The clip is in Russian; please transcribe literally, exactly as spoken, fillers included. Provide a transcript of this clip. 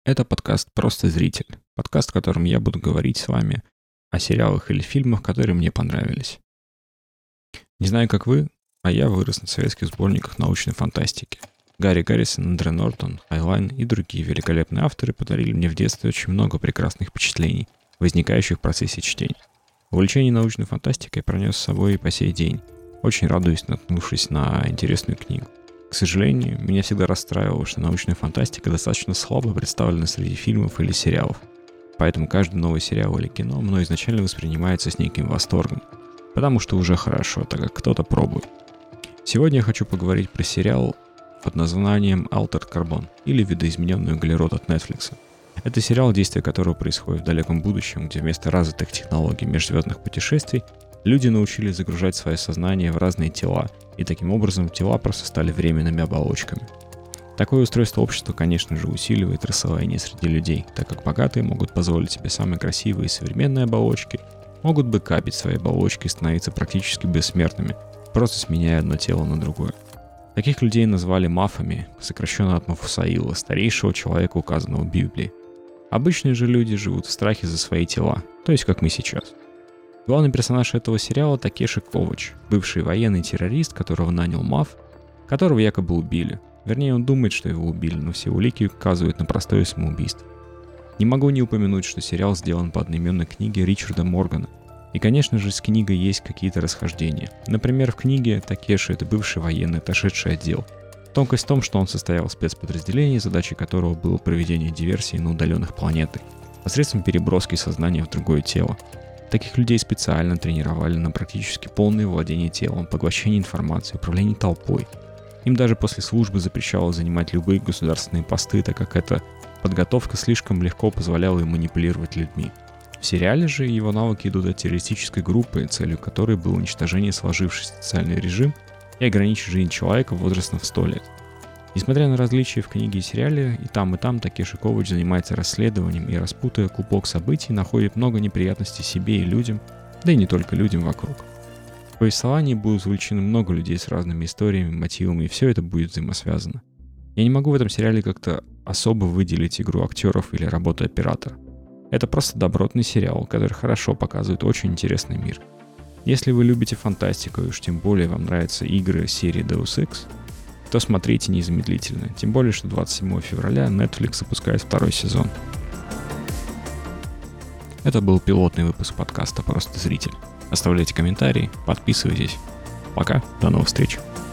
Это подкаст «Просто зритель». Подкаст, в котором я буду говорить с вами о сериалах или фильмах, которые мне понравились. Не знаю, как вы, а я вырос на советских сборниках научной фантастики. Гарри Гаррисон, Андре Нортон, Хайлайн и другие великолепные авторы подарили мне в детстве очень много прекрасных впечатлений, возникающих в процессе чтения. Увлечение научной фантастикой пронес с собой и по сей день, очень радуюсь, наткнувшись на интересную книгу. К сожалению, меня всегда расстраивало, что научная фантастика достаточно слабо представлена среди фильмов или сериалов. Поэтому каждый новый сериал или кино мной изначально воспринимается с неким восторгом. Потому что уже хорошо, так как кто-то пробует. Сегодня я хочу поговорить про сериал под названием Altered Carbon или «Видоизмененный углерод» от Netflix. Это сериал, действие которого происходит в далеком будущем, где вместо развитых технологий межзвездных путешествий люди научились загружать свое сознание в разные тела, и таким образом тела просто стали временными оболочками. Такое устройство общества, конечно же, усиливает расслоение среди людей, так как богатые могут позволить себе самые красивые и современные оболочки, могут бэкапить свои оболочки и становиться практически бессмертными, просто сменяя одно тело на другое. Таких людей назвали мафами, сокращенно от Мафусаила, старейшего человека, указанного в Библии. Обычные же люди живут в страхе за свои тела, то есть как мы сейчас. Главный персонаж этого сериала Такеши Ковач, бывший военный террорист, которого нанял маф, которого якобы убили. Вернее, он думает, что его убили, но все улики указывают на простое самоубийство. Не могу не упомянуть, что сериал сделан по одноименной книге Ричарда Моргана. И, конечно же, с книгой есть какие-то расхождения. Например, в книге Такеши — это бывший военный, отошедший отдел. Тонкость в том, что он состоял в спецподразделении, задачей которого было проведение диверсий на удаленных планетах, посредством переброски сознания в другое тело. Таких людей специально тренировали на практически полное владение телом, поглощение информации, управление толпой. Им даже после службы запрещалось занимать любые государственные посты, так как эта подготовка слишком легко позволяла им манипулировать людьми. В сериале же его навыки идут от террористической группы, целью которой было уничтожение сложившийся социальный режим и ограничить жизнь человека возрастом в сто лет. Несмотря на различия в книге и сериале, и там, и там Такеши Ковач занимается расследованием и, распутывая клубок событий, находит много неприятностей себе и людям, да и не только людям вокруг. В повествовании будут увлечены много людей с разными историями, мотивами, и все это будет взаимосвязано. Я не могу в этом сериале как-то особо выделить игру актеров или работу оператора. Это просто добротный сериал, который хорошо показывает очень интересный мир. Если вы любите фантастику, и уж тем более вам нравятся игры серии Deus Ex, то смотрите незамедлительно. Тем более, что двадцать седьмого февраля Netflix запускает второй сезон. Это был пилотный выпуск подкаста «Просто зритель». Оставляйте комментарии, подписывайтесь. Пока, до новых встреч.